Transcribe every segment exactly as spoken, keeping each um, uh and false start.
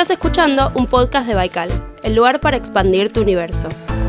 Estás escuchando un podcast de Baikal, el lugar para expandir tu universo.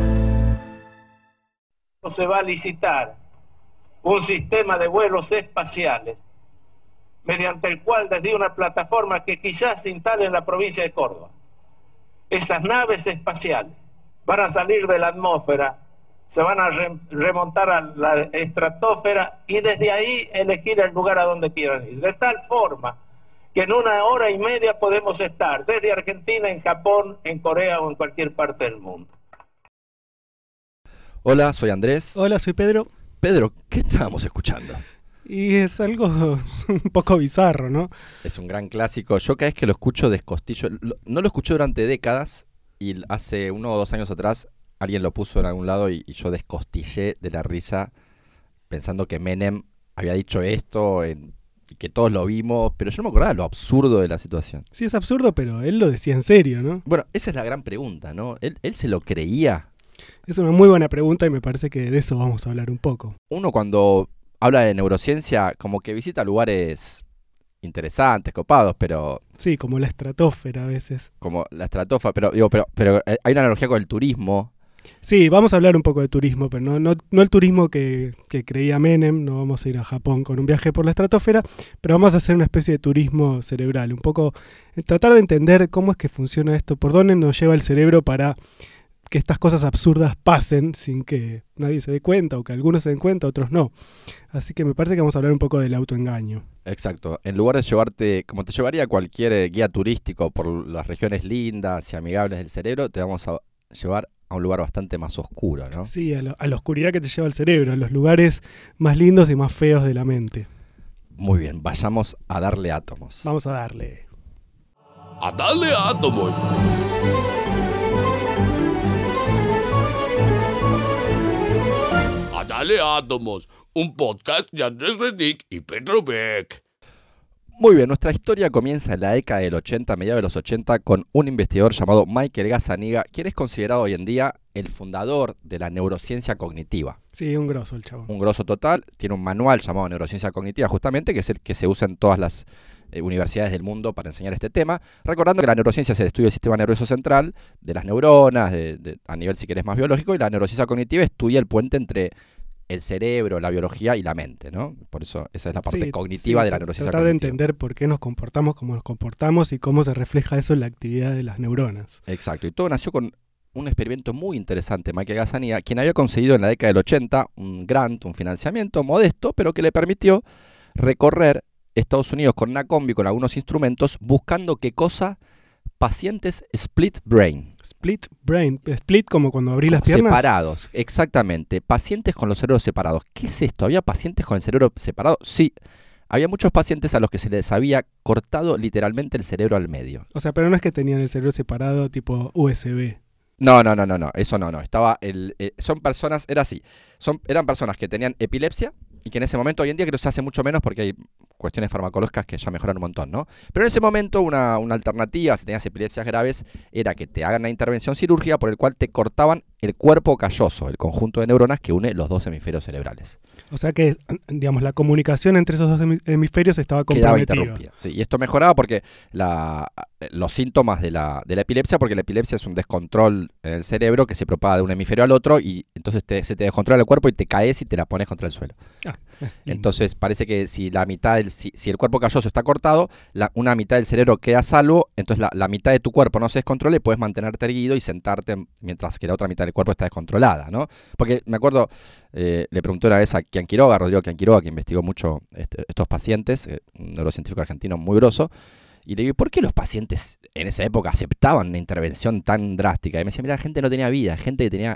Se va a licitar un sistema de vuelos espaciales mediante el cual desde una plataforma que quizás se instale en la provincia de Córdoba, esas naves espaciales van a salir de la atmósfera, se van a re- remontar a la estratosfera y desde ahí elegir el lugar a donde quieran ir. De tal forma que en una hora y media podemos estar desde Argentina, en Japón, en Corea o en cualquier parte del mundo. Hola, soy Andrés. Hola, soy Pedro. Pedro, ¿qué estábamos escuchando? Y es algo un poco bizarro, ¿no? Es un gran clásico. Yo cada vez que lo escucho descostillo. Lo- No lo escuché durante décadas y hace uno o dos años atrás alguien lo puso en algún lado y, y yo descostillé de la risa pensando que Menem había dicho esto en- y que todos lo vimos, pero yo no me acordaba lo absurdo de la situación. Sí, es absurdo, pero él lo decía en serio, ¿no? Bueno, esa es la gran pregunta, ¿no? ¿Él, él se lo creía? Es una muy buena pregunta y me parece que de eso vamos a hablar un poco. Uno cuando habla de neurociencia como que visita lugares interesantes, copados, pero Sí, como la estratosfera a veces. como la estratofa, pero digo, pero, pero eh, hay una analogía con el turismo. Sí, vamos a hablar un poco de turismo, pero no, no, no el turismo que, que creía Menem, no vamos a ir a Japón con un viaje por la estratosfera, pero vamos a hacer una especie de turismo cerebral, un poco eh, tratar de entender cómo es que funciona esto, por dónde nos lleva el cerebro para que estas cosas absurdas pasen sin que nadie se dé cuenta, o que algunos se den cuenta, otros no. Así que me parece que vamos a hablar un poco del autoengaño. Exacto. En lugar de llevarte, como te llevaría cualquier eh, guía turístico por las regiones lindas y amigables del cerebro, te vamos a llevar a un lugar bastante más oscuro, ¿no? Sí, a, lo- a la oscuridad que te lleva el cerebro, a los lugares más lindos y más feos de la mente. Muy bien, vayamos a darle átomos. Vamos a darle. A darle átomos. A darle átomos. Un podcast de Andrés Redick y Pedro Beck. Muy bien, nuestra historia comienza en la década del ochenta, a mediados de los ochenta, con un investigador llamado Michael Gazzaniga, quien es considerado hoy en día el fundador de la neurociencia cognitiva. Sí, un grosso el chavo. Un grosso total, tiene un manual llamado Neurociencia Cognitiva, justamente, que es el que se usa en todas las eh, universidades del mundo para enseñar este tema, recordando que la neurociencia es el estudio del sistema nervioso central, de las neuronas, de, de- a nivel, si querés, más biológico, y la neurociencia cognitiva estudia el puente entre el cerebro, la biología y la mente, ¿no? Por eso esa es la parte Sí, cognitiva sí, de la tra- neurociencia tratar de cognitiva. entender por qué nos comportamos como nos comportamos y cómo se refleja eso en la actividad de las neuronas. Exacto, y todo nació con un experimento muy interesante, Michael Gazzaniga, quien había conseguido en la década del ochenta un grant, un financiamiento modesto, pero que le permitió recorrer Estados Unidos con una combi, con algunos instrumentos, buscando qué cosa, pacientes split brain. Split brain, split como cuando abrí las Como piernas. separados, exactamente, pacientes con los cerebros separados. ¿Qué es esto? ¿Había pacientes con el cerebro separado? Sí, había muchos pacientes a los que se les había cortado literalmente el cerebro al medio. O sea, pero no es que tenían el cerebro separado tipo U S B. No, no, no, no, no, eso no, no. Estaba el, eh, son personas, era así, son, eran personas que tenían epilepsia y que en ese momento, hoy en día creo que se hace mucho menos porque hay cuestiones farmacológicas que ya mejoran un montón, ¿no? Pero en ese momento una, una alternativa, si tenías epilepsias graves, era que te hagan una intervención cirúrgica por el cual te cortaban el cuerpo calloso, el conjunto de neuronas que une los dos hemisferios cerebrales. O sea que, digamos, la comunicación entre esos dos hemi- hemisferios estaba Quedaba comprometida. interrumpida. Sí, y esto mejoraba porque la, los síntomas de la, de la epilepsia, porque la epilepsia es un descontrol en el cerebro que se propaga de un hemisferio al otro y entonces te- se te descontrola el cuerpo y te caes y te la pones contra el suelo. Ah, eh, lindo. Entonces parece que si la mitad del, si, si el cuerpo calloso está cortado, la, una mitad del cerebro queda a salvo, entonces la, la mitad de tu cuerpo no se descontrola y puedes mantenerte erguido y sentarte mientras que la otra mitad del cuerpo está descontrolada, ¿no? Porque me acuerdo, eh, le pregunté una vez a Kian Quiroga, Rodrigo Kian Quiroga, que investigó mucho este- estos pacientes, eh, un neurocientífico argentino muy grosso, y le digo, ¿por qué los pacientes en esa época aceptaban una intervención tan drástica? Y me decía, mira, la gente no tenía vida, gente que tenía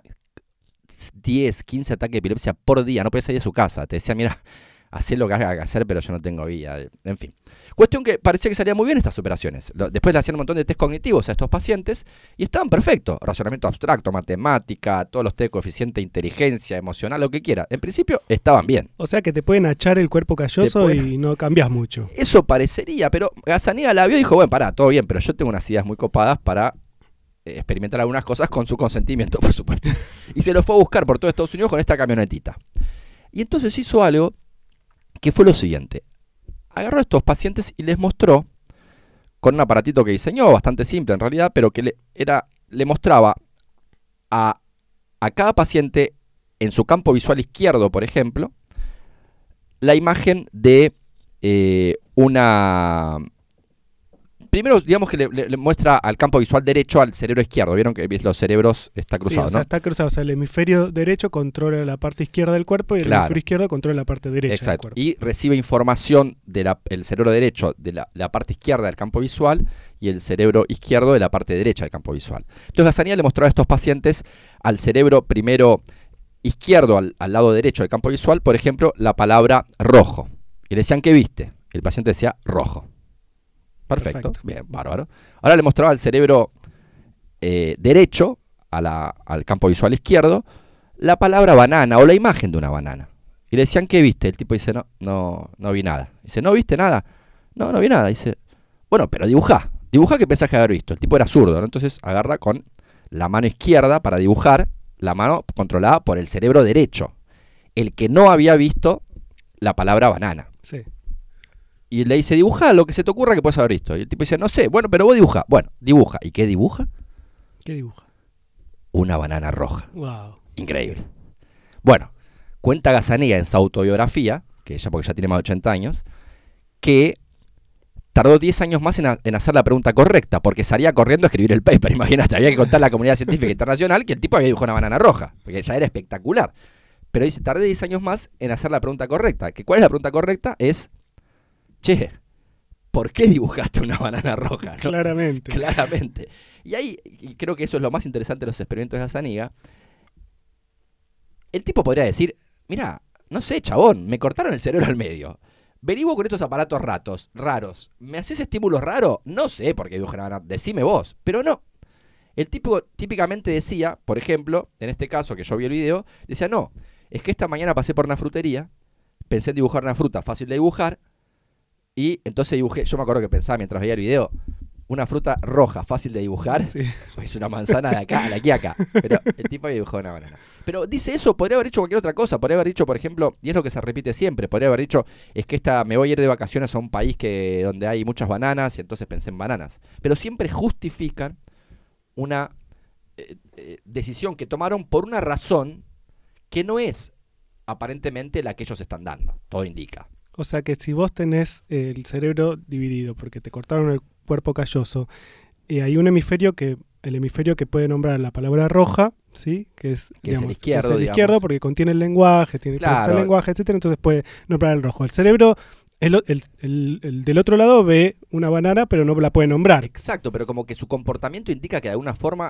diez, quince ataques de epilepsia por día, no podía salir de su casa. Te decía, mira, hacé lo que haga que hacer, pero yo no tengo vida. En fin. Cuestión que parecía que salían muy bien estas operaciones. Lo- Después le hacían un montón de test cognitivos a estos pacientes y estaban perfectos. Razonamiento abstracto, matemática, todos los test de coeficiente de inteligencia, emocional, lo que quiera. En principio estaban bien. O sea que te pueden achar el cuerpo calloso pueden- y no cambias mucho. Eso parecería, pero Gazzaniga la vio y dijo, bueno, pará, todo bien, pero yo tengo unas ideas muy copadas para eh, experimentar algunas cosas con su consentimiento, por supuesto. Y se lo fue a buscar por todo Estados Unidos con esta camionetita. Y entonces hizo algo que fue lo siguiente. Agarró a estos pacientes y les mostró con un aparatito que diseñó, bastante simple en realidad, pero que le, era, le mostraba a, a cada paciente en su campo visual izquierdo, por ejemplo, la imagen de eh, una... Primero, digamos que le, le, le muestra al campo visual derecho al cerebro izquierdo. Vieron que los cerebros está cruzado, sí, o sea, ¿no? está cruzado. O sea, el hemisferio derecho controla la parte izquierda del cuerpo y el Claro. hemisferio izquierdo controla la parte derecha Exacto. del cuerpo. Y recibe información del cerebro derecho de la, la parte izquierda del campo visual y el cerebro izquierdo de la parte derecha del campo visual. Entonces Gazzaniga le mostró a estos pacientes al cerebro primero izquierdo, al, al lado derecho del campo visual, por ejemplo, la palabra rojo. Y le decían, ¿qué viste? Y el paciente decía, rojo. Perfecto, Perfecto. Bien, bárbaro. Ahora le mostraba al cerebro eh, derecho, a la, al campo visual izquierdo, la palabra banana o la imagen de una banana. Y le decían, ¿qué viste? El tipo dice, no, no, no vi nada. Dice, ¿no viste nada? No, no vi nada. Dice, bueno, pero dibujá. Dibujá que pensás que haber visto. El tipo era zurdo, ¿no? Entonces agarra con la mano izquierda para dibujar, la mano controlada por el cerebro derecho, el que no había visto la palabra banana. Sí. Y le dice, dibuja lo que se te ocurra que puedas haber visto. Y el tipo dice, no sé, bueno, pero vos dibuja. Bueno, dibuja. ¿Y qué dibuja? ¿Qué dibuja? Una banana roja. Wow. Increíble. Bueno, cuenta Gazzaniga en su autobiografía, que ya porque ya tiene más de ochenta años, que tardó diez años más en, a, en hacer la pregunta correcta, porque salía corriendo a escribir el paper. Imagínate, había que contar a la comunidad científica internacional que el tipo había dibujado una banana roja, porque ya era espectacular. Pero dice, tardé diez años más en hacer la pregunta correcta. Que ¿cuál es la pregunta correcta? Es, che, ¿por qué dibujaste una banana roja? ¿No? Claramente. Claramente. Y ahí, y creo que eso es lo más interesante de los experimentos de Gazzaniga, el tipo podría decir, mirá, no sé, chabón, me cortaron el cerebro al medio. Vení vos con estos aparatos ratos, raros. ¿Me haces estímulos raros? No sé por qué dibujo una banana. Decime vos. Pero no. El tipo típicamente decía, por ejemplo, en este caso que yo vi el video, decía, no, es que esta mañana pasé por una frutería, pensé en dibujar una fruta fácil de dibujar, y entonces dibujé, yo me acuerdo que pensaba mientras veía el video, una fruta roja, fácil de dibujar, Sí. pues una manzana de acá a la aquí acá. Pero el tipo había dibujado una banana. Pero dice eso, podría haber dicho cualquier otra cosa. Podría haber dicho, por ejemplo, y es lo que se repite siempre, podría haber dicho, es que esta, me voy a ir de vacaciones a un país que, donde hay muchas bananas, y entonces pensé en bananas. Pero siempre justifican una eh, eh, decisión que tomaron por una razón que no es aparentemente la que ellos están dando. Todo indica. O sea que si vos tenés el cerebro dividido porque te cortaron el cuerpo calloso, y hay un hemisferio que, el hemisferio que puede nombrar la palabra roja, ¿sí? Que es, Que es el digamos, izquierdo, que es el digamos. izquierdo porque contiene el lenguaje, tiene el Claro. proceso del lenguaje, etcétera, entonces puede nombrar el rojo. El cerebro, el, o- el- el- el del otro lado ve una banana, pero no la puede nombrar. Exacto, pero como que su comportamiento indica que de alguna forma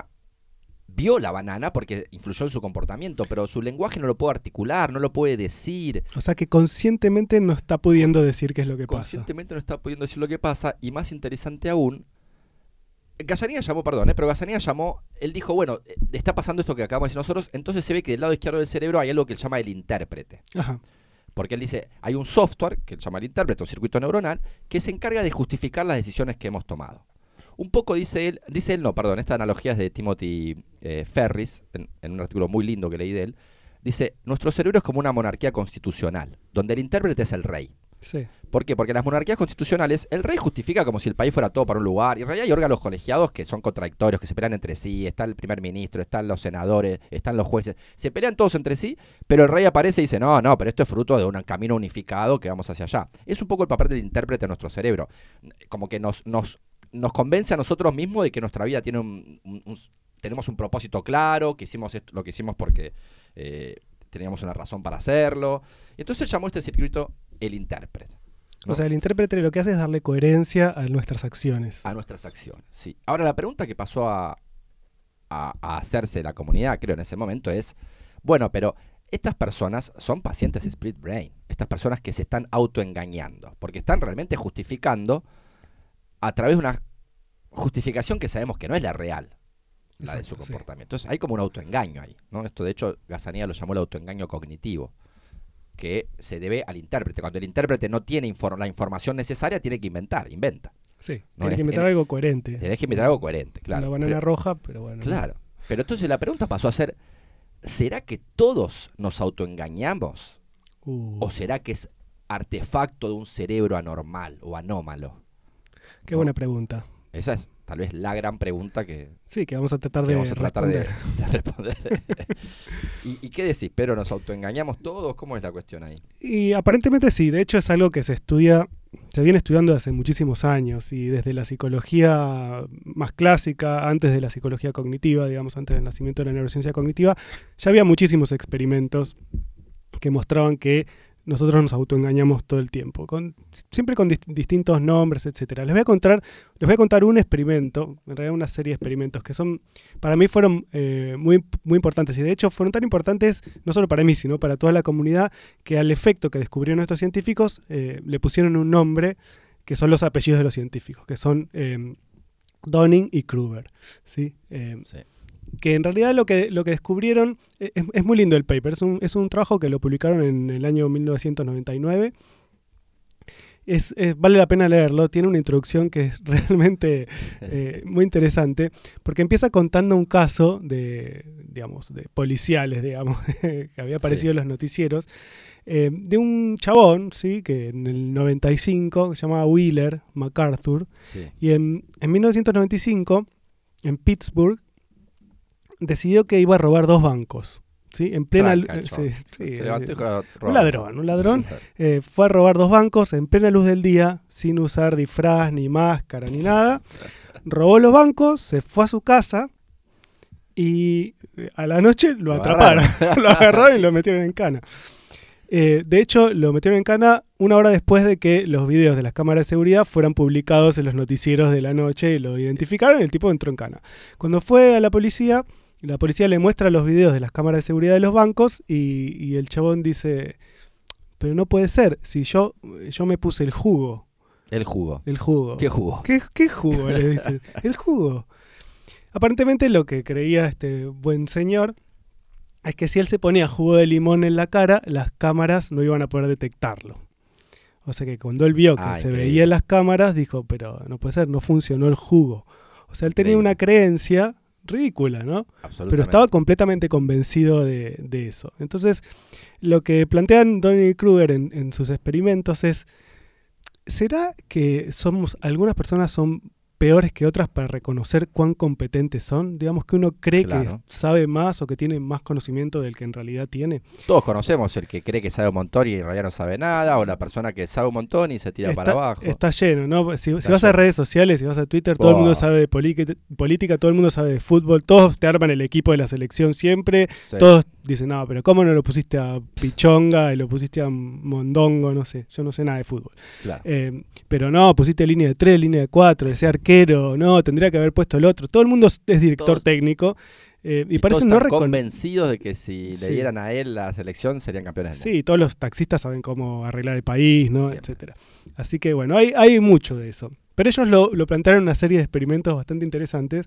vio la banana porque influyó en su comportamiento, pero su lenguaje no lo puede articular, no lo puede decir. O sea que conscientemente no está pudiendo decir qué es lo que pasa. Conscientemente no está pudiendo decir lo que pasa, y más interesante aún, Gazzaniga llamó, perdón, eh, pero Gazzaniga llamó, él dijo, bueno, eh, está pasando esto que acabamos de decir nosotros, entonces se ve que del lado izquierdo del cerebro hay algo que él llama el intérprete. Ajá. Porque él dice, hay un software, que él llama el intérprete, un circuito neuronal, que se encarga de justificar las decisiones que hemos tomado. Un poco dice él, dice él, no, perdón, esta analogía es de Timothy eh, Ferris, en, en un artículo muy lindo que leí de él, dice, nuestro cerebro es como una monarquía constitucional, donde el intérprete es el rey. Sí. ¿Por qué? Porque en las monarquías constitucionales el rey justifica como si el país fuera todo para un lugar, y en realidad hay órganos colegiados que son contradictorios, que se pelean entre sí, está el primer ministro, están los senadores, están los jueces, se pelean todos entre sí, pero el rey aparece y dice, no, no, pero esto es fruto de un camino unificado que vamos hacia allá. Es un poco el papel del intérprete en nuestro cerebro, como que nos, nos, nos convence a nosotros mismos de que nuestra vida tiene un, un, un tenemos un propósito claro, que hicimos esto, lo que hicimos porque eh, teníamos una razón para hacerlo. Y entonces llamó este circuito el intérprete, ¿no? O sea, el intérprete lo que hace es darle coherencia a nuestras acciones. A nuestras acciones, sí. Ahora, la pregunta que pasó a, a, a hacerse la comunidad, creo, en ese momento es, bueno, pero estas personas son pacientes split brain, estas personas que se están autoengañando, porque están realmente justificando a través de una justificación que sabemos que no es la real, la de su Exacto, sí. comportamiento. Entonces hay como un autoengaño ahí, ¿no? Esto, de hecho, Gazzaniga lo llamó el autoengaño cognitivo, que se debe al intérprete. Cuando el intérprete no tiene infor- la información necesaria, tiene que inventar, inventa. Sí, No, tiene es- que inventar en- algo coherente. Tenés que inventar algo coherente, claro. Una banana Pero- roja, pero bueno. Claro. Pero entonces la pregunta pasó a ser, ¿será que todos nos autoengañamos? Uh, ¿O será que es artefacto de un cerebro anormal o anómalo? qué buena pregunta. Esa es tal vez la gran pregunta que, Sí, que vamos a tratar que de vamos a tratar de, responder. de responder. ¿Y, ¿Y qué decís, Pero? ¿Nos autoengañamos todos? ¿Cómo es la cuestión ahí? Y aparentemente sí, de hecho es algo que se estudia, se viene estudiando hace muchísimos años y desde la psicología más clásica, antes de la psicología cognitiva, digamos, antes del nacimiento de la neurociencia cognitiva, ya había muchísimos experimentos que mostraban que nosotros nos autoengañamos todo el tiempo, con, siempre con dist- distintos nombres, etcétera. Les voy a contar, les voy a contar un experimento, en realidad una serie de experimentos que son, para mí fueron eh, muy, muy importantes y de hecho fueron tan importantes no solo para mí, sino para toda la comunidad, que al efecto que descubrieron estos científicos eh, le pusieron un nombre que son los apellidos de los científicos, que son eh, Dunning y Kruger, ¿sí? Eh, Sí. que en realidad lo que, lo que descubrieron, es, es muy lindo el paper, es un, es un trabajo que lo publicaron en el año mil novecientos noventa y nueve, es, es, vale la pena leerlo, tiene una introducción que es realmente eh, muy interesante, porque empieza contando un caso de, digamos, de policiales, digamos, que había aparecido Sí. en los noticieros, eh, de un chabón, ¿sí? Que en el noventa y cinco, se llamaba Wheeler MacArthur, Sí. y en, en mil novecientos noventa y cinco, en Pittsburgh, decidió que iba a robar dos bancos, ¿sí? En plena Tranca, el lu- chabón. sí, sí, Se levantó y eh, dijo, un ladrón, un ladrón, eh, fue a robar dos bancos en plena luz del día, sin usar disfraz, ni máscara, ni nada. Robó los bancos, se fue a su casa y eh, a la noche lo, Lo atraparon, agarraron. lo agarraron y Sí. lo metieron en cana. Eh, de hecho, lo metieron en cana una hora después de que los videos de las cámaras de seguridad fueran publicados en los noticieros de la noche y lo identificaron y el tipo entró en cana. Cuando fue a la policía, la policía le muestra los videos de las cámaras de seguridad de los bancos y, y el chabón dice, pero no puede ser, si yo, yo me puse el jugo, El jugo. el jugo. ¿Qué jugo? ¿Qué, qué jugo? Le dice, el jugo. Aparentemente lo que creía este buen señor es que si él se ponía jugo de limón en la cara, las cámaras no iban a poder detectarlo. O sea que cuando él vio que Ah, se increíble. veía en las cámaras, dijo, pero no puede ser, no funcionó el jugo. O sea, él tenía Increíble. una creencia ridícula, ¿no? Absolutamente. Pero estaba completamente convencido de, de eso. Entonces, lo que plantean Dunning y Kruger en, en sus experimentos es, ¿será que somos algunas personas son peores que otras para reconocer cuán competentes son? Digamos que uno cree Claro. que sabe más o que tiene más conocimiento del que en realidad tiene. Todos conocemos el que cree que sabe un montón y en realidad no sabe nada, o la persona que sabe un montón y se tira para abajo. Está lleno, ¿no? Si, si Está vas a lleno. redes sociales, si vas a Twitter, todo el Oh. mundo sabe de política, política, todo el mundo sabe de fútbol, todos te arman el equipo de la selección siempre, Sí. todos dicen, no, pero ¿cómo no lo pusiste a Pichonga y lo pusiste a Mondongo? No sé, yo no sé nada de fútbol. Claro. Eh, pero no, pusiste línea de tres, línea de cuatro, ese arquero, no, tendría que haber puesto el otro. Todo el mundo es director Todos- técnico eh, y, Y parece todos no están recon- convencidos de que si Sí. le dieran a él la selección serían campeones del Sí, todos los taxistas saben cómo arreglar el país, ¿no? Siempre. Etcétera. Así que bueno, hay, hay mucho de eso. Pero ellos lo, lo plantearon en una serie de experimentos bastante interesantes.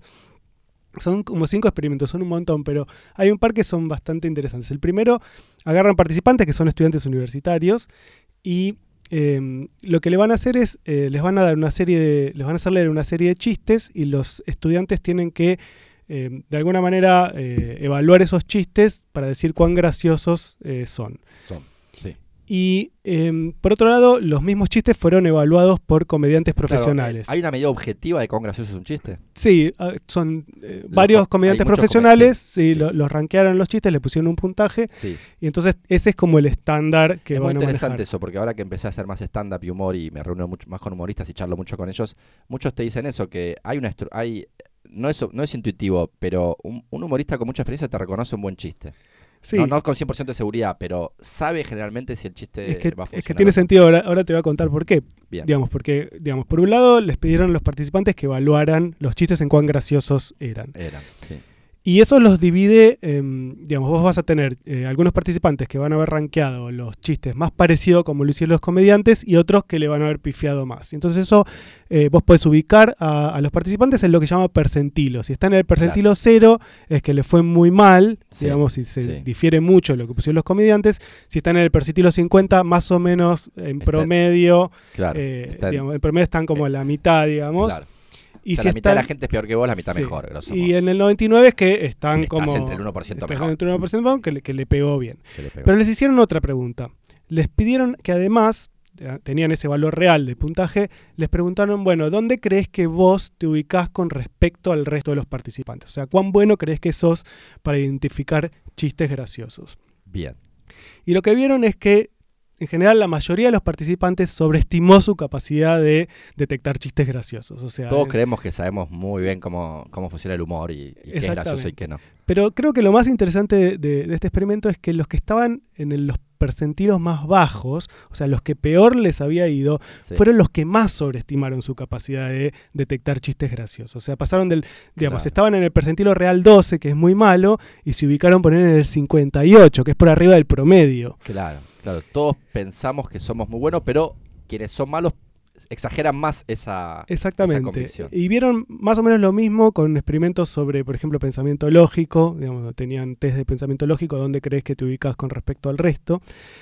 Son como cinco experimentos, son un montón, pero hay un par que son bastante interesantes. El primero, agarran participantes que son estudiantes universitarios y eh, lo que le van a hacer es, eh, les van a dar una serie de, les van a hacer leer una serie de chistes y los estudiantes tienen que eh, de alguna manera eh, evaluar esos chistes para decir cuán graciosos eh, son. Son, sí. Y eh, por otro lado, los mismos chistes fueron evaluados por comediantes Claro, profesionales. eh, ¿Hay una medida objetiva de cuán gracioso es un chiste? Sí, ah, son eh, Los varios co- comediantes hay muchos profesionales, comedi- sí, sí, lo- sí. los rankearon los chistes, le pusieron un puntaje Sí. y entonces ese es como el estándar que es muy van a interesante manejar. eso, porque ahora que empecé a hacer más stand-up y humor y me reúno mucho más con humoristas y charlo mucho con ellos, muchos te dicen eso, que hay una estru- hay no es, no es intuitivo, pero un, un humorista con mucha experiencia te reconoce un buen chiste. Sí, No, no con cien por ciento de seguridad, pero sabe generalmente si el chiste es que, va a funcionar. es que tiene o no. sentido, ahora, ahora te voy a contar por qué. Bien. Digamos, porque, digamos, por un lado les pidieron a los participantes que evaluaran los chistes en cuán graciosos eran. Eran, sí. Y eso los divide, eh, digamos, vos vas a tener eh, algunos participantes que van a haber rankeado los chistes más parecidos como lo hicieron los comediantes y otros que le van a haber pifiado más. Y entonces eso, eh, vos podés ubicar a, a los participantes en lo que se llama percentilo. Si están en el percentilo cero, es que le fue muy mal, Sí, digamos, si se sí. difiere mucho de lo que pusieron los comediantes. Si están en el percentilo cincuenta, más o menos en Está- promedio, Claro. eh, está en- digamos, en promedio están como a la mitad, digamos. claro. Y O sea, si la mitad de están- la gente es peor que vos, la mitad Sí. mejor, grosso Y modo. en el noventa y nueve es que están Estás como... entre el uno por ciento estás mejor. entre el uno por ciento mejor, que le, que le pegó bien. Que le pegó. Pero les hicieron otra pregunta. Les pidieron que además tenían ese valor real de puntaje, les preguntaron, bueno, ¿dónde crees que vos te ubicás con respecto al resto de los participantes? O sea, ¿cuán bueno crees que sos para identificar chistes graciosos? Bien. Y lo que vieron es que, en general, la mayoría de los participantes sobreestimó su capacidad de detectar chistes graciosos. O sea, Todos eh, creemos que sabemos muy bien cómo, cómo funciona el humor y, y qué es gracioso y qué no. Pero creo que lo más interesante de, de, de este experimento es que los que estaban en el, los percentilos más bajos, o sea, los que peor les había ido, sí. fueron los que más sobreestimaron su capacidad de detectar chistes graciosos. O sea, pasaron del, digamos, claro. estaban en el percentilo real doce, que es muy malo, y se ubicaron poner en el cincuenta y ocho, que es por arriba del promedio. Claro, claro. Todos pensamos que somos muy buenos, pero quienes son malos exageran más esa, Exactamente. esa convicción. Y vieron más o menos lo mismo con experimentos sobre, por ejemplo, pensamiento lógico. Digamos, tenían test de pensamiento lógico, dónde crees que te ubicas con respecto al resto,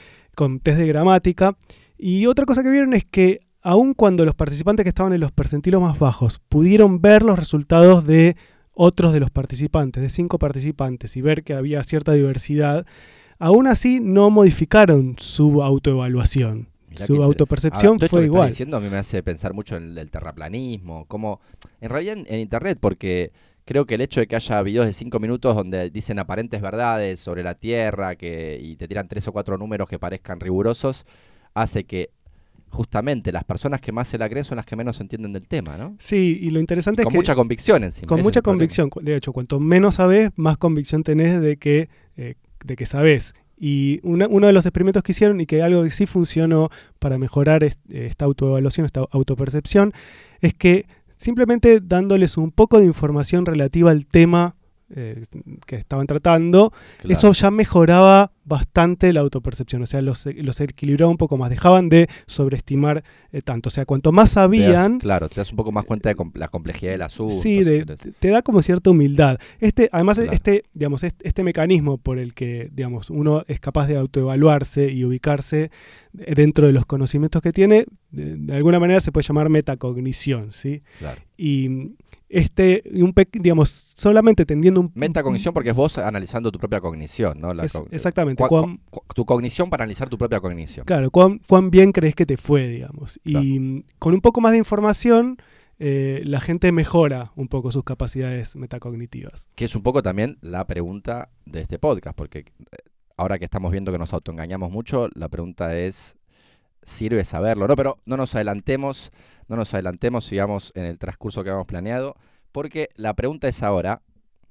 con test de gramática. Y otra cosa que vieron es que aun cuando los participantes que estaban en los percentilos más bajos pudieron ver los resultados de otros de los participantes, de cinco participantes, y ver que había cierta diversidad, aún así no modificaron su autoevaluación. Mirá su autopercepción ahora, fue esto que igual. Estás diciendo a mí me hace pensar mucho en el, el terraplanismo, como en realidad en, en internet, porque creo que el hecho de que haya videos de cinco minutos donde dicen aparentes verdades sobre la Tierra que, y te tiran tres o cuatro números que parezcan rigurosos, hace que justamente las personas que más se la creen son las que menos entienden del tema, ¿no? Sí, y lo interesante y es con que... Con mucha convicción encima. Con mucha convicción. De hecho, cuanto menos sabés, más convicción tenés de que, eh, de que sabés. Y una, uno de los experimentos que hicieron y que algo que sí funcionó para mejorar est, esta autoevaluación, esta autopercepción, es que simplemente dándoles un poco de información relativa al tema eh, que estaban tratando, claro. eso ya mejoraba bastante la autopercepción. O sea, los, los equilibraba un poco más. Dejaban de sobreestimar eh, tanto. O sea, cuanto más sabían... Te das, claro, te das un poco más cuenta de com- la complejidad del asunto. Sí, de, si te da como cierta humildad. Este, además, claro. este, digamos, este, este mecanismo por el que, digamos, uno es capaz de autoevaluarse y ubicarse dentro de los conocimientos que tiene, de, de alguna manera se puede llamar metacognición, ¿sí? Claro. Y este, un pe- digamos, solamente tendiendo un... Metacognición porque es vos analizando tu propia cognición, ¿no? La es, co- exactamente. Cuán, cu- tu cognición para analizar tu propia cognición. Claro, cuán, cuán bien crees que te fue, digamos. Y claro. con un poco más de información, eh, la gente mejora un poco sus capacidades metacognitivas. Que es un poco también la pregunta de este podcast, porque ahora que estamos viendo que nos autoengañamos mucho, la pregunta es, ¿sirve saberlo? No, pero no nos adelantemos, no nos adelantemos, sigamos en el transcurso que habíamos planeado, porque la pregunta es ahora,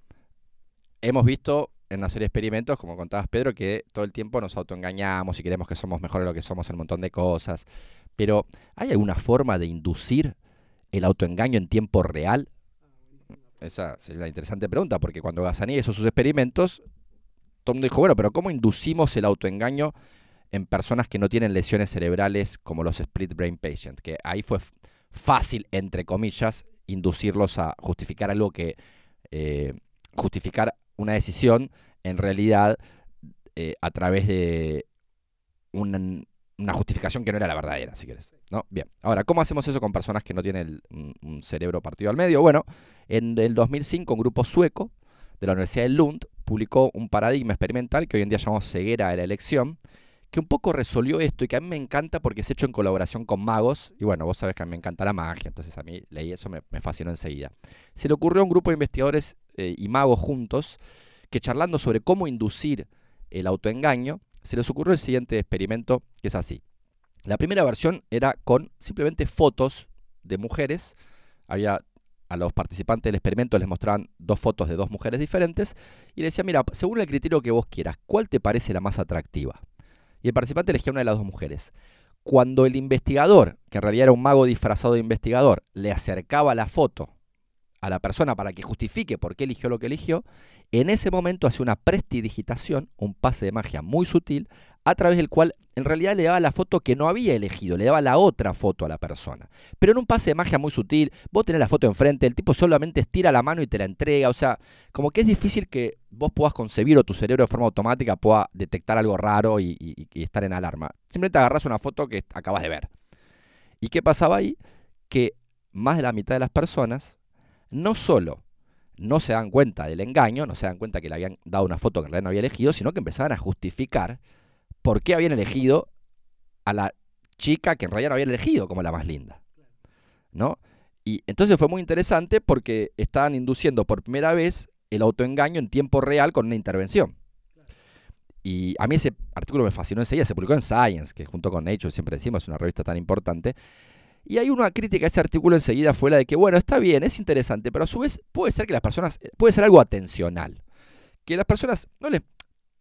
hemos visto en una serie de experimentos, como contabas Pedro, que todo el tiempo nos autoengañamos y creemos que somos mejores de lo que somos en un montón de cosas, pero ¿hay alguna forma de inducir el autoengaño en tiempo real? Esa sería una interesante pregunta, porque cuando Gazzaniga hizo sus experimentos, todo el mundo dijo, bueno, pero ¿cómo inducimos el autoengaño en personas que no tienen lesiones cerebrales como los split brain patients? Que ahí fue f- fácil, entre comillas, inducirlos a justificar algo que... Eh, justificar una decisión, en realidad, eh, a través de una, una justificación que no era la verdadera, si querés, ¿no? Bien, ahora, ¿cómo hacemos eso con personas que no tienen el, un, un cerebro partido al medio? Bueno, en el dos mil cinco, un grupo sueco de la Universidad de Lund publicó un paradigma experimental que hoy en día llamamos ceguera de la elección, que un poco resolvió esto y que a mí me encanta porque es hecho en colaboración con magos. Y bueno, vos sabés que a mí me encanta la magia, entonces a mí leí eso, me, me fascinó enseguida. Se le ocurrió a un grupo de investigadores eh, y magos juntos que, charlando sobre cómo inducir el autoengaño, se les ocurrió el siguiente experimento, que es así. La primera versión era con simplemente fotos de mujeres. Había a los participantes del experimento les mostraban dos fotos de dos mujeres diferentes y les decían, mira, según el criterio que vos quieras, ¿cuál te parece la más atractiva? Y el participante elegía una de las dos mujeres. Cuando el investigador, que en realidad era un mago disfrazado de investigador, le acercaba la foto a la persona para que justifique por qué eligió lo que eligió, en ese momento hacía una prestidigitación, un pase de magia muy sutil, a través del cual en realidad le daba la foto que no había elegido, le daba la otra foto a la persona. Pero en un pase de magia muy sutil, vos tenés la foto enfrente, el tipo solamente estira la mano y te la entrega, o sea, como que es difícil que vos puedas concebir o tu cerebro de forma automática pueda detectar algo raro y, y, y estar en alarma. Simplemente agarrás una foto que acabas de ver. ¿Y qué pasaba ahí? Que más de la mitad de las personas no solo no se dan cuenta del engaño, no se dan cuenta que le habían dado una foto que en realidad no había elegido, sino que empezaban a justificar por qué habían elegido a la chica que en realidad no habían elegido como la más linda, ¿no? Y entonces fue muy interesante porque estaban induciendo por primera vez el autoengaño en tiempo real con una intervención. Y a mí ese artículo me fascinó enseguida, se publicó en Science, que junto con Nature siempre decimos es una revista tan importante. Y hay una crítica a ese artículo enseguida fue la de que, bueno, está bien, es interesante, pero a su vez puede ser que las personas, puede ser algo atencional. Que las personas no les,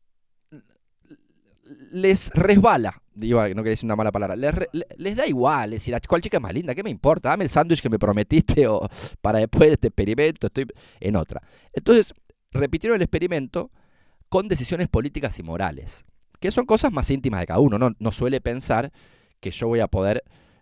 les resbala, digo, no quería decir una mala palabra, les, les da igual, es decir, ¿cuál chica es más linda? ¿Qué me importa? Dame el sándwich que me prometiste o para después de este experimento, estoy en otra. Entonces, repitieron el experimento con decisiones políticas y morales, que son cosas más íntimas de cada uno. No, no suele pensar que yo voy a poder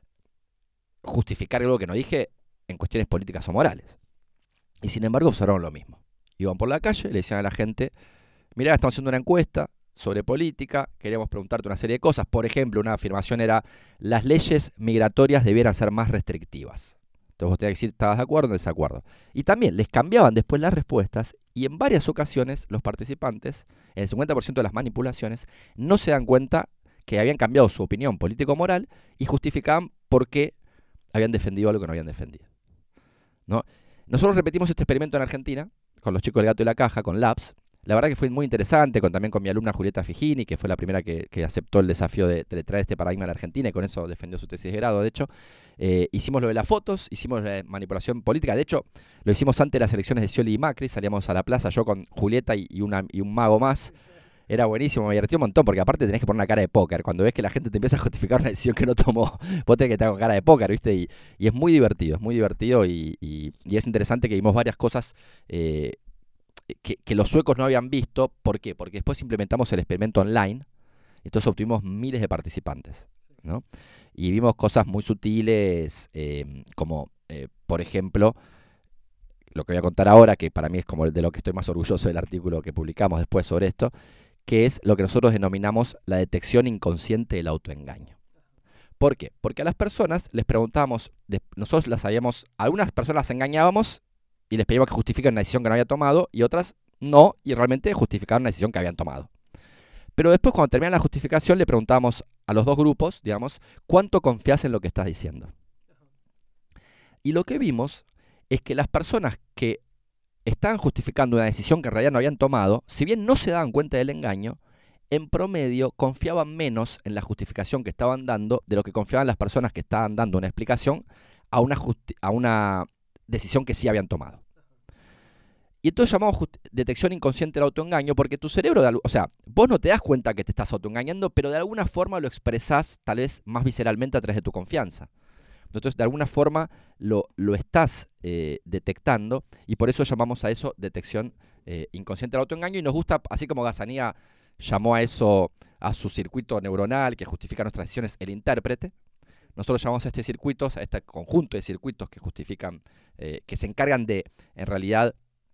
justificar algo que no dije en cuestiones políticas o morales. Y sin embargo observaron lo mismo. Iban por la calle, le decían a la gente, mirá, estamos haciendo una encuesta sobre política, queremos preguntarte una serie de cosas. Por ejemplo, una afirmación era, las leyes migratorias debieran ser más restrictivas. Entonces vos tenías que decir, ¿estabas de acuerdo o en desacuerdo? Y también les cambiaban después las respuestas y en varias ocasiones los participantes, en el cincuenta por ciento de las manipulaciones, no se dan cuenta que habían cambiado su opinión político-moral y justificaban por qué habían defendido algo que no habían defendido, ¿no? Nosotros repetimos este experimento en Argentina, con los chicos del Gato y la Caja, con Labs. La verdad que fue muy interesante, con, también con mi alumna Julieta Figini, que fue la primera que, que aceptó el desafío de, de traer este paradigma a la Argentina y con eso defendió su tesis de grado, de hecho. Eh, hicimos lo de las fotos, hicimos la manipulación política, de hecho, lo hicimos antes de las elecciones de Scioli y Macri, salíamos a la plaza yo con Julieta y, y, una, y un mago más. Era buenísimo, me divertí un montón, porque aparte tenés que poner una cara de póker. Cuando ves que la gente te empieza a justificar una decisión que no tomó, vos tenés que estar con cara de póker, ¿viste? Y, y es muy divertido, es muy divertido y, y, y es interesante que vimos varias cosas eh, que, que los suecos no habían visto. ¿Por qué? Porque después implementamos el experimento online, entonces obtuvimos miles de participantes, ¿no? Y vimos cosas muy sutiles, eh, como, eh, por ejemplo, lo que voy a contar ahora, que para mí es como de lo que estoy más orgulloso del artículo que publicamos después sobre esto, que es lo que nosotros denominamos la detección inconsciente del autoengaño. ¿Por qué? Porque a las personas les preguntábamos, nosotros las habíamos, algunas personas las engañábamos y les pedíamos que justifiquen una decisión que no había tomado y otras no, y realmente justificaron una decisión que habían tomado. Pero después, cuando terminan la justificación, le preguntábamos a los dos grupos, digamos, ¿cuánto confías en lo que estás diciendo? Y lo que vimos es que las personas que estaban justificando una decisión que en realidad no habían tomado, si bien no se daban cuenta del engaño, en promedio confiaban menos en la justificación que estaban dando de lo que confiaban las personas que estaban dando una explicación a una, a una decisión que sí habían tomado. Y entonces llamamos detección inconsciente del autoengaño porque tu cerebro, o sea, vos no te das cuenta que te estás autoengañando, pero de alguna forma lo expresás tal vez más visceralmente a través de tu confianza. Entonces, de alguna forma lo, lo estás eh, detectando y por eso llamamos a eso detección eh, inconsciente del autoengaño y nos gusta, así como Gazzaniga llamó a eso, a su circuito neuronal que justifica nuestras decisiones, el intérprete. Nosotros llamamos a este circuito, a este conjunto de circuitos que justifican, eh, que se encargan de, en realidad,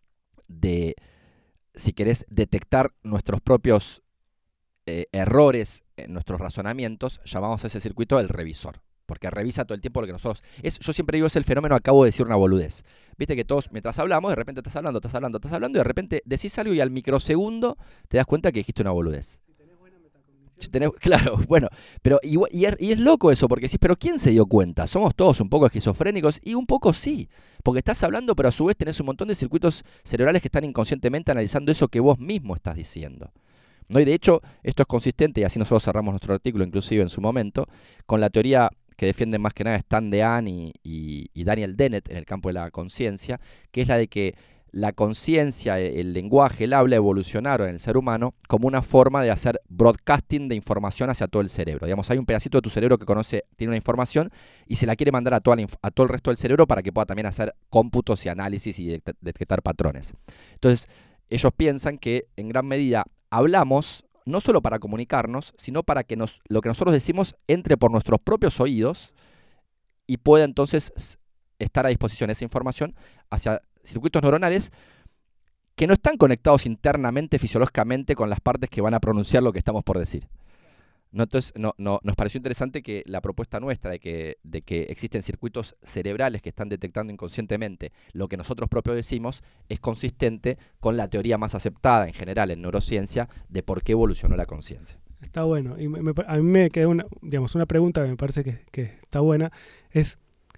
de, si querés, detectar nuestros propios eh, errores en nuestros razonamientos, llamamos a ese circuito el revisor. Porque revisa todo el tiempo lo que nosotros... Es, yo siempre digo, es el fenómeno, acabo de decir una boludez. Viste que todos, mientras hablamos, de repente estás hablando, estás hablando, estás hablando, y de repente decís algo y al microsegundo te das cuenta que dijiste una boludez. Si tenés buena metacognición. Si tenés, claro, bueno, pero y, y, es, y es loco eso, porque decís, pero ¿quién se dio cuenta? Somos todos un poco esquizofrénicos, y un poco sí, porque estás hablando, pero a su vez tenés un montón de circuitos cerebrales que están inconscientemente analizando eso que vos mismo estás diciendo. ¿No? Y de hecho, esto es consistente, y así nosotros cerramos nuestro artículo, inclusive en su momento, con la teoría que defienden más que nada Stan Dehaene y, y, y Daniel Dennett en el campo de la conciencia, que es la de que la conciencia, el lenguaje, el habla evolucionaron en el ser humano como una forma de hacer broadcasting de información hacia todo el cerebro. Digamos, hay un pedacito de tu cerebro que conoce, tiene una información y se la quiere mandar a, toda la, a todo el resto del cerebro para que pueda también hacer cómputos y análisis y de, detectar patrones. Entonces, ellos piensan que en gran medida hablamos no solo para comunicarnos, sino para que nos, lo que nosotros decimos entre por nuestros propios oídos y pueda entonces estar a disposición esa información hacia circuitos neuronales que no están conectados internamente, fisiológicamente, con las partes que van a pronunciar lo que estamos por decir. ¿No? Entonces, no, no, nos pareció interesante que la propuesta nuestra de que, de que existen circuitos cerebrales que están detectando inconscientemente lo que nosotros propios decimos es consistente con la teoría más aceptada en general en neurociencia de por qué evolucionó la conciencia. Está bueno. Y me, me, a mí me queda una, digamos, una pregunta que me parece que, que está buena, es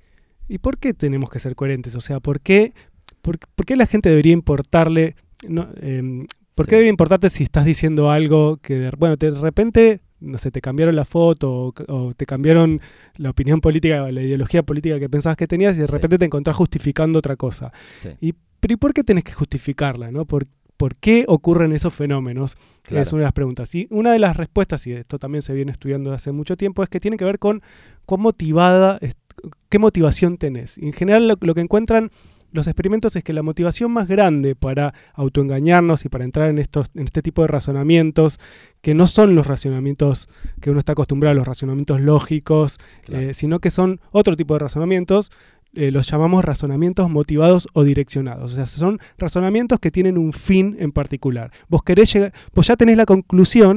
¿y por qué tenemos que ser coherentes? O sea, ¿por qué, por, por qué la gente debería importarle, no, eh, por qué Sí. debería importarte si estás diciendo algo que, de, bueno, de repente, no sé, te cambiaron la foto o, o te cambiaron la opinión política o la ideología política que pensabas que tenías y de Sí. repente te encontrás justificando otra cosa? Sí, Y, pero ¿y por qué tenés que justificarla? ¿No? ¿Por, ¿Por qué ocurren esos fenómenos? claro. Es una de las preguntas. Y una de las respuestas, y esto también se viene estudiando desde hace mucho tiempo, es que tiene que ver con cuán motivada, es- qué motivación tenés. Y en general lo, lo que encuentran los experimentos es que la motivación más grande para autoengañarnos y para entrar en, estos, en este tipo de razonamientos, que no son los razonamientos que uno está acostumbrado, los razonamientos lógicos, Claro. eh, sino que son otro tipo de razonamientos, eh, los llamamos razonamientos motivados o direccionados. O sea, son razonamientos que tienen un fin en particular. Vos querés llegar, vos ya tenés la conclusión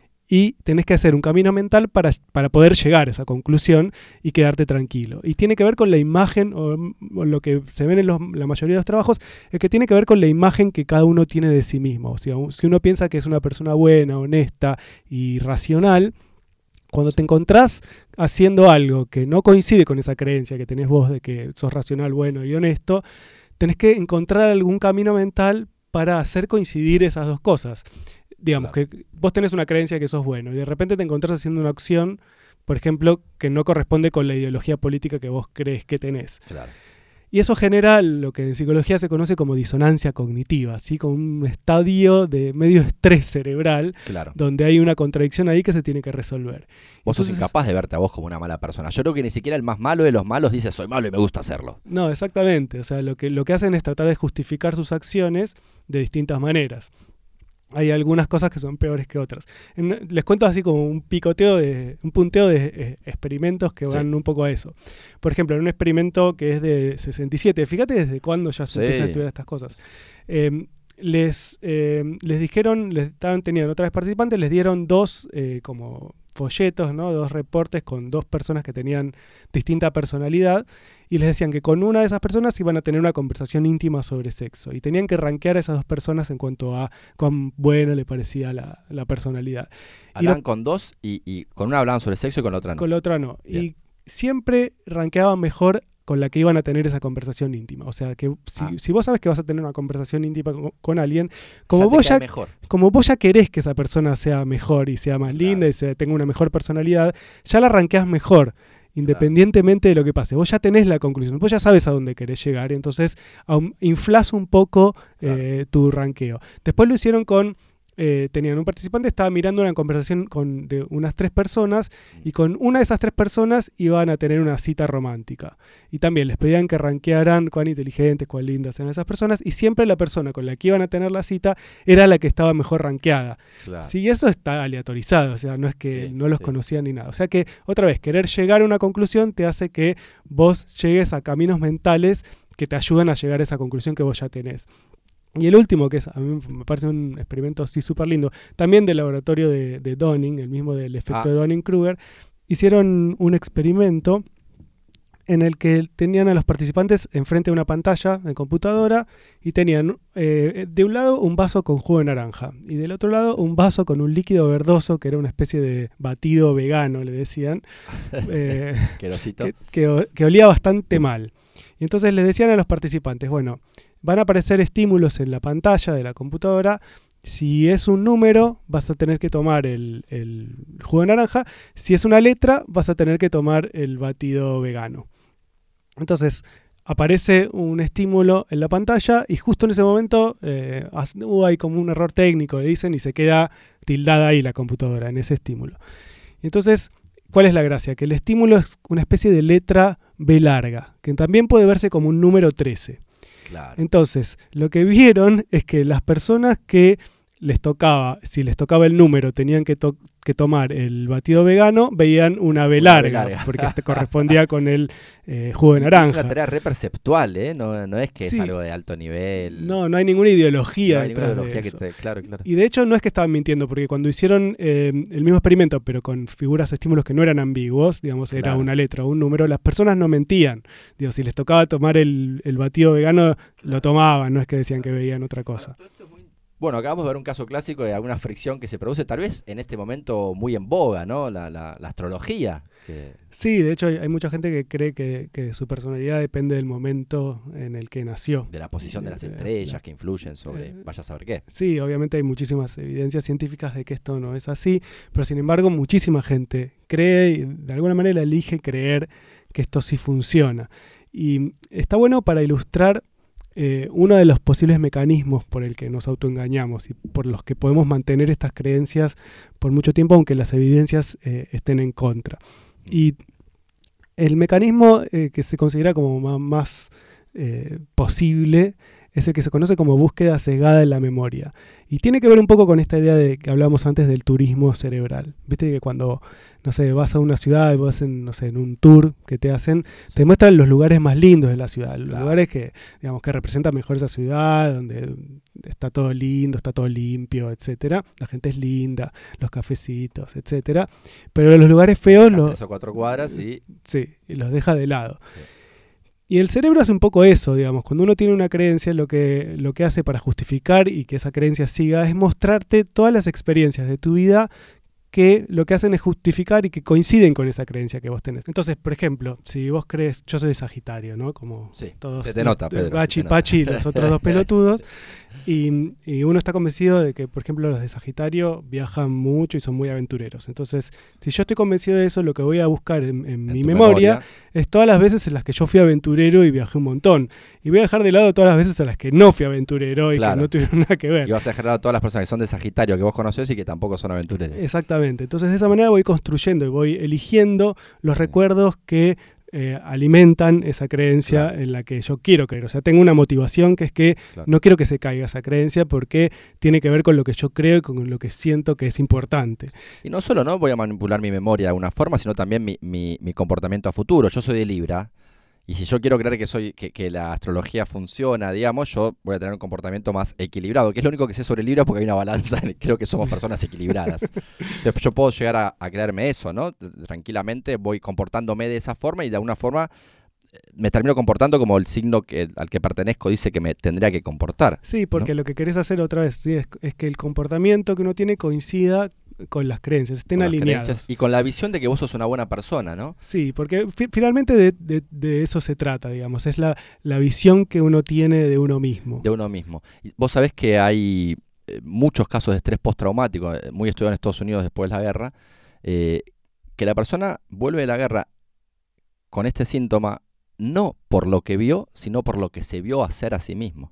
y tenés que hacer un camino mental para, para poder llegar a esa conclusión y quedarte tranquilo. Y tiene que ver con la imagen, o, o lo que se ven en los- la mayoría de los trabajos, es que tiene que ver con la imagen que cada uno tiene de sí mismo. O sea, si uno piensa que es una persona buena, honesta y racional, cuando te encontrás haciendo algo que no coincide con esa creencia que tenés vos de que sos racional, bueno y honesto, tenés que encontrar algún camino mental para hacer coincidir esas dos cosas. Digamos, Claro. que vos tenés una creencia que sos bueno y de repente te encontrás haciendo una acción, por ejemplo, que no corresponde con la ideología política que vos crees que tenés. Claro. Y eso genera lo que en psicología se conoce como disonancia cognitiva, ¿sí? Como un estadio de medio estrés cerebral Claro. donde hay una contradicción ahí que se tiene que resolver. Vos sos Entonces- incapaz de verte a vos como una mala persona. Yo creo que ni siquiera el más malo de los malos dice soy malo y me gusta hacerlo. No, exactamente. O sea, lo que, lo que hacen es tratar de justificar sus acciones de distintas maneras. Hay algunas cosas que son peores que otras. En- les cuento así como un picoteo, de un punteo de eh, experimentos que Sí. van un poco a eso. Por ejemplo, en un experimento que es de sesenta y siete, fíjate desde cuándo ya se Sí. empiezan a estudiar estas cosas. Eh, les, eh, les dijeron, les estaban, tenían otras participantes, les dieron dos eh, como folletos, ¿no? Dos reportes con dos personas que tenían distinta personalidad y les decían que con una de esas personas iban a tener una conversación íntima sobre sexo y tenían que rankear a esas dos personas en cuanto a cuán buena le parecía la, la personalidad. Y Hablaban lo- con dos y, y con una hablaban sobre sexo y con la otra no. con la otra no. Bien. Y siempre rankeaban mejor con la que iban a tener esa conversación íntima. O sea, que si, Ah. si vos sabes que vas a tener una conversación íntima con, con alguien, Ya como te vos cae ya, mejor. como vos ya querés que esa persona sea mejor y sea más Claro. linda y sea, tenga una mejor personalidad, ya la rankeás mejor, independientemente de lo que pase. Vos ya tenés la conclusión, vos ya sabes a dónde querés llegar, y entonces aum- inflás un poco eh, tu ranqueo. Después lo hicieron con... Eh, tenían un participante, estaba mirando una conversación con de unas tres personas y con una de esas tres personas iban a tener una cita romántica. Y también les pedían que rankearan cuán inteligentes, cuán lindas eran esas personas y siempre la persona con la que iban a tener la cita era la que estaba mejor rankeada. Claro. Sí, eso está aleatorizado, o sea, no es que Sí, no los sí. conocían ni nada. O sea que, otra vez, querer llegar a una conclusión te hace que vos llegues a caminos mentales que te ayudan a llegar a esa conclusión que vos ya tenés. Y el último, que es, a mí me parece un experimento así súper lindo, también del laboratorio de, de Dunning, el mismo del efecto Ah. de Dunning-Kruger, hicieron un experimento en el que tenían a los participantes enfrente de una pantalla de computadora y tenían eh, de un lado un vaso con jugo de naranja y del otro lado un vaso con un líquido verdoso que era una especie de batido vegano, le decían, eh, Querosito. que, que o- que olía bastante mal. Y entonces les decían a los participantes, bueno, van a aparecer estímulos en la pantalla de la computadora. Si es un número, vas a tener que tomar el, el jugo de naranja. Si es una letra, vas a tener que tomar el batido vegano. Entonces, aparece un estímulo en la pantalla y justo en ese momento eh, has- uh, hay como un error técnico, le dicen, y se queda tildada ahí la computadora en ese estímulo. Entonces, ¿cuál es la gracia? Que el estímulo es una especie de letra B larga, que también puede verse como un número trece. Claro. Entonces, lo que vieron es que las personas que les tocaba, si les tocaba el número, tenían que, to- que tomar el batido vegano, veían una B Una larga, B larga. porque este correspondía con el eh, jugo de Y Es naranja. una tarea re perceptual, ¿eh? No, no es que Sí. es algo de alto nivel. No, no hay ninguna ideología No hay ninguna detrás ideología de que eso. te- Claro, claro. Y de hecho no es que estaban mintiendo, porque cuando hicieron eh, el mismo experimento, pero con figuras de estímulos que no eran ambiguos, digamos, era Claro. una letra o un número, las personas no mentían. Digo, si les tocaba tomar el, el batido vegano, lo tomaban, no es que decían que veían otra cosa. Todo esto es muy, Bueno, acabamos de ver un caso clásico de alguna fricción que se produce tal vez en este momento muy en boga, ¿no? La, la, la astrología. Que... Sí, de hecho hay, hay mucha gente que cree que, que su personalidad depende del momento en el que nació. De la posición de las Eh, estrellas la- que influyen sobre eh, vaya a saber qué. Sí, obviamente hay muchísimas evidencias científicas de que esto no es así, pero sin embargo muchísima gente cree y de alguna manera elige creer que esto sí funciona. Y está bueno para ilustrar eh, uno de los posibles mecanismos por el que nos autoengañamos y por los que podemos mantener estas creencias por mucho tiempo, aunque las evidencias eh, estén en contra. Y el mecanismo eh, que se considera como ma- más eh, posible es el que se conoce como búsqueda sesgada en la memoria. Y tiene que ver un poco con esta idea de que hablábamos antes del turismo cerebral. Viste que cuando, no sé, vas a una ciudad y vas en, no sé, en un tour que te hacen, te muestran los lugares más lindos de la ciudad, los Claro. lugares que, digamos, que representan mejor esa ciudad, donde está todo lindo, está todo limpio, etcétera. La gente es linda, los cafecitos, etcétera. Pero los lugares feos Las los, tres o cuatro cuadras y... sí, y los deja de lado. Sí. Y el cerebro hace un poco eso, digamos. Cuando uno tiene una creencia, lo que, lo que hace para justificar y que esa creencia siga es mostrarte todas las experiencias de tu vida que lo que hacen es justificar y que coinciden con esa creencia que vos tenés. Entonces, por ejemplo, si vos crees, yo soy de Sagitario, ¿no? Como Sí, todos se te los- nota, Pedro, Bachi, se te nota. Pachi y los otros dos pelotudos. Y, y uno está convencido de que, por ejemplo, los de Sagitario viajan mucho y son muy aventureros. Entonces, si yo estoy convencido de eso, lo que voy a buscar en, en En mi tu memoria, es todas las veces en las que yo fui aventurero y viajé un montón. Y voy a dejar de lado todas las veces en las que no fui aventurero y Claro. que no tuvieron nada que ver. Y vas a dejar a todas las personas que son de Sagitario que vos conocés y que tampoco son aventureros. Exactamente. Entonces, de esa manera voy construyendo y voy eligiendo los recuerdos que eh, alimentan esa creencia Claro. en la que yo quiero creer. O sea, tengo una motivación que es que Claro. no quiero que se caiga esa creencia porque tiene que ver con lo que yo creo y con lo que siento que es importante. Y no solo no voy a manipular mi memoria de alguna forma, sino también mi, mi, mi comportamiento a futuro. Yo soy de Libra, y si yo quiero creer que soy que, que la astrología funciona, digamos, yo voy a tener un comportamiento más equilibrado, que es lo único que sé sobre Libra porque hay una balanza, creo que somos personas equilibradas. Entonces yo puedo llegar a, a creerme eso, ¿no? Tranquilamente voy comportándome de esa forma y de alguna forma eh, me termino comportando como el signo que, al que pertenezco dice que me tendría que comportar. Sí, porque ¿no? lo que querés hacer otra vez sí, es, es que el comportamiento que uno tiene coincida con las creencias, estén Con las alineados. creencias y con la visión de que vos sos una buena persona, ¿no? Sí, porque fi- finalmente de, de- de eso se trata, digamos, es la, la visión que uno tiene de uno mismo. De uno mismo. Y vos sabés que hay eh, muchos casos de estrés postraumático, eh, muy estudiados en Estados Unidos después de la guerra, eh, que la persona vuelve de la guerra con este síntoma no por lo que vio, sino por lo que se vio hacer a sí mismo.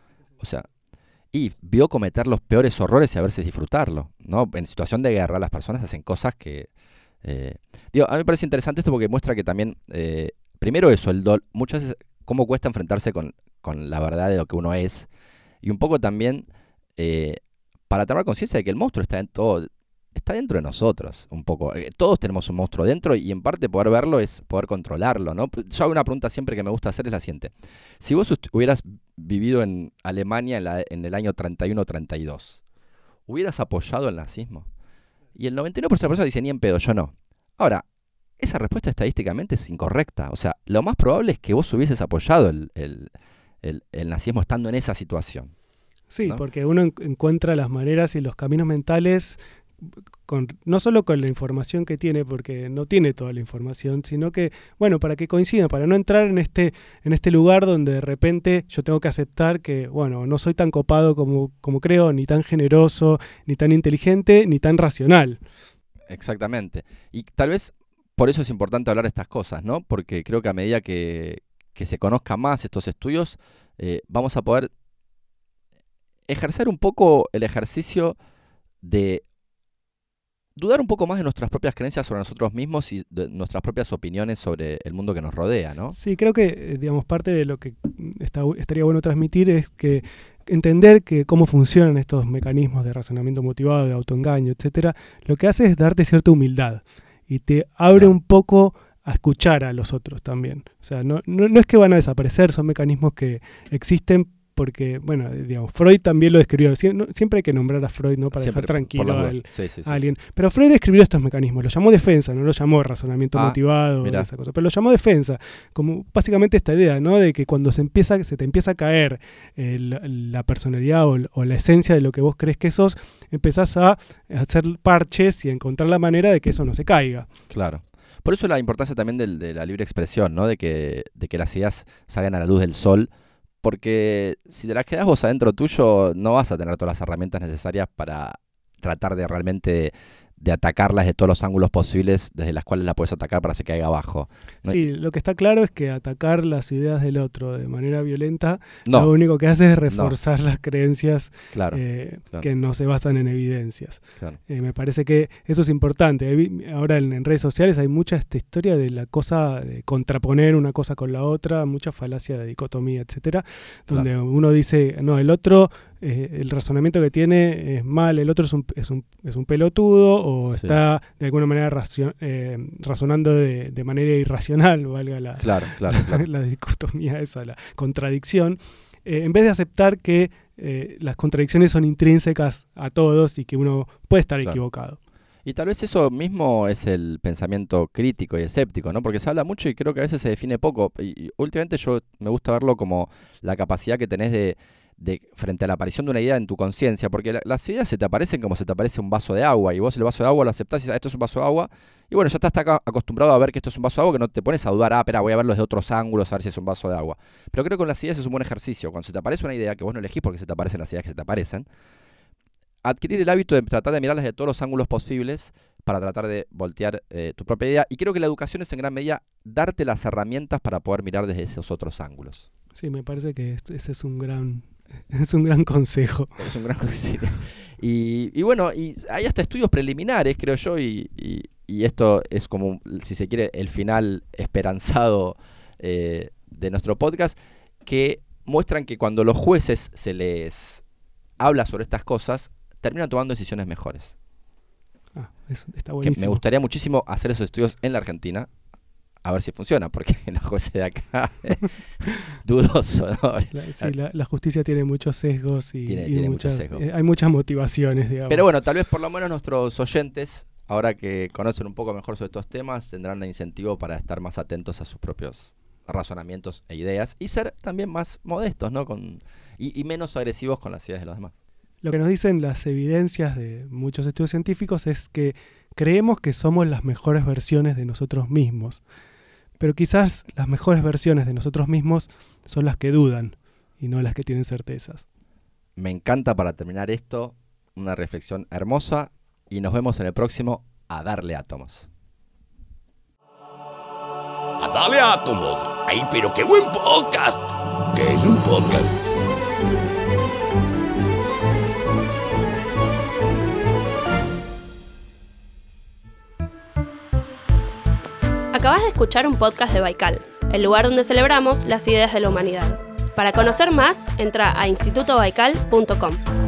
O sea, y vio cometer los peores horrores y a veces disfrutarlo, ¿no? En situación de guerra las personas hacen cosas que... eh, digo, a mí me parece interesante esto porque muestra que también, eh, primero eso, el dol- muchas veces cómo cuesta enfrentarse con, con la verdad de lo que uno es, y un poco también eh, para tomar conciencia de que el monstruo está en todo, está dentro de nosotros, un poco. Eh, todos tenemos un monstruo dentro y en parte poder verlo es poder controlarlo, ¿no? Yo hago una pregunta siempre que me gusta hacer es la siguiente. Si vos ust- hubieras vivido en Alemania en, la- en el año treinta y uno treinta y dos, ¿hubieras apoyado el nazismo? Y el noventa y nueve por ciento de las personas dicen ni en pedo, yo no. Ahora, esa respuesta estadísticamente es incorrecta. O sea, lo más probable es que vos hubieses apoyado el, el, el, el nazismo estando en esa situación. Sí, ¿no? porque uno en- encuentra las maneras y los caminos mentales, con, no solo con la información que tiene, porque no tiene toda la información, sino que, bueno, para que coincida, para no entrar en este, en este lugar donde de repente yo tengo que aceptar que, bueno, no soy tan copado como, como creo, ni tan generoso, ni tan inteligente, ni tan racional. Exactamente. Y tal vez por eso es importante hablar de estas cosas, ¿no? Porque creo que a medida que, que se conozcan más estos estudios, eh, vamos a poder ejercer un poco el ejercicio de dudar un poco más de nuestras propias creencias sobre nosotros mismos y de nuestras propias opiniones sobre el mundo que nos rodea, ¿no? Sí, creo que, eh, digamos, parte de lo que está, estaría bueno transmitir es que entender que cómo funcionan estos mecanismos de razonamiento motivado, de autoengaño, etcétera, lo que hace es darte cierta humildad y te abre Claro. un poco a escuchar a los otros también. O sea, no, no, no es que van a desaparecer, son mecanismos que existen porque, bueno, digamos, Freud también lo describió. Siempre hay que nombrar a Freud, ¿no? Para Siempre, dejar tranquilo al, sí, sí, sí, a alguien. Sí. Pero Freud describió estos mecanismos, lo llamó defensa, no lo llamó razonamiento ah, motivado, mirá. esa cosa, pero lo llamó defensa, como básicamente esta idea, ¿no? De que cuando se empieza, se te empieza a caer eh, la, la personalidad o, o la esencia de lo que vos crees que sos, empezás a hacer parches y a encontrar la manera de que eso no se caiga. Claro. Por eso la importancia también del, de la libre expresión, ¿no? De que, de que las ideas salgan a la luz del sol. Porque si te las quedas vos adentro tuyo, no vas a tener todas las herramientas necesarias para tratar de realmente de atacarlas de todos los ángulos posibles desde las cuales la puedes atacar para que caiga abajo. ¿No? Sí, lo que está claro es que atacar las ideas del otro de manera violenta no. lo único que hace es reforzar no. las creencias claro, eh, claro. que no se basan en evidencias. Claro. Eh, me parece que eso es importante. Ahora en, en redes sociales hay mucha esta historia de la cosa de contraponer una cosa con la otra, mucha falacia de dicotomía, etcétera, donde claro. uno dice, no, el otro... Eh, el razonamiento que tiene es mal, el otro es un, es un, es un pelotudo o sí. está de alguna manera racio, eh, razonando de, de manera irracional, valga la, claro, claro, claro. la dicotomía esa, la contradicción, eh, en vez de aceptar que eh, las contradicciones son intrínsecas a todos y que uno puede estar claro. equivocado. Y tal vez eso mismo es el pensamiento crítico y escéptico, ¿no? Porque se habla mucho y creo que a veces se define poco. Y, y últimamente yo me gusta verlo como la capacidad que tenés de De, frente a la aparición de una idea en tu conciencia, porque la, las ideas se te aparecen como se te aparece un vaso de agua, y vos el vaso de agua lo aceptás y dices, ah, esto es un vaso de agua, y bueno, ya estás acá acostumbrado a ver que esto es un vaso de agua, que no te pones a dudar, ah, espera, voy a verlo desde otros ángulos, a ver si es un vaso de agua. Pero creo que con las ideas es un buen ejercicio. Cuando se te aparece una idea que vos no elegís porque se te aparecen las ideas que se te aparecen, adquirir el hábito de tratar de mirarlas de todos los ángulos posibles para tratar de voltear eh, tu propia idea, y creo que la educación es en gran medida darte las herramientas para poder mirar desde esos otros ángulos. Sí, me parece que ese es un gran... Es un gran consejo. Es un gran consejo. Y, y bueno, y hay hasta estudios preliminares, creo yo, y, y, y esto es como, si se quiere, el final esperanzado eh, de nuestro podcast, que muestran que cuando los jueces se les habla sobre estas cosas, terminan tomando decisiones mejores. Ah, eso está buenísimo. Que me gustaría muchísimo hacer esos estudios en la Argentina, a ver si funciona, porque los jueces de acá dudoso, ¿no? La, sí, la, la justicia tiene muchos sesgos y, tiene, y tiene muchas, muchos sesgos. Eh, hay muchas motivaciones, digamos. Pero bueno, tal vez por lo menos nuestros oyentes, ahora que conocen un poco mejor sobre estos temas, tendrán un incentivo para estar más atentos a sus propios razonamientos e ideas y ser también más modestos, ¿no? Con, y, y menos agresivos con las ideas de los demás. Lo que nos dicen las evidencias de muchos estudios científicos es que creemos que somos las mejores versiones de nosotros mismos. Pero quizás las mejores versiones de nosotros mismos son las que dudan y no las que tienen certezas. Me encanta para terminar esto, una reflexión hermosa, y nos vemos en el próximo A Darle Átomos. A Darle Átomos. ¡Ay, pero qué buen podcast! ¿Qué es un podcast? Acabas de escuchar un podcast de Baikal, el lugar donde celebramos las ideas de la humanidad. Para conocer más, entra a instituto baikal punto com.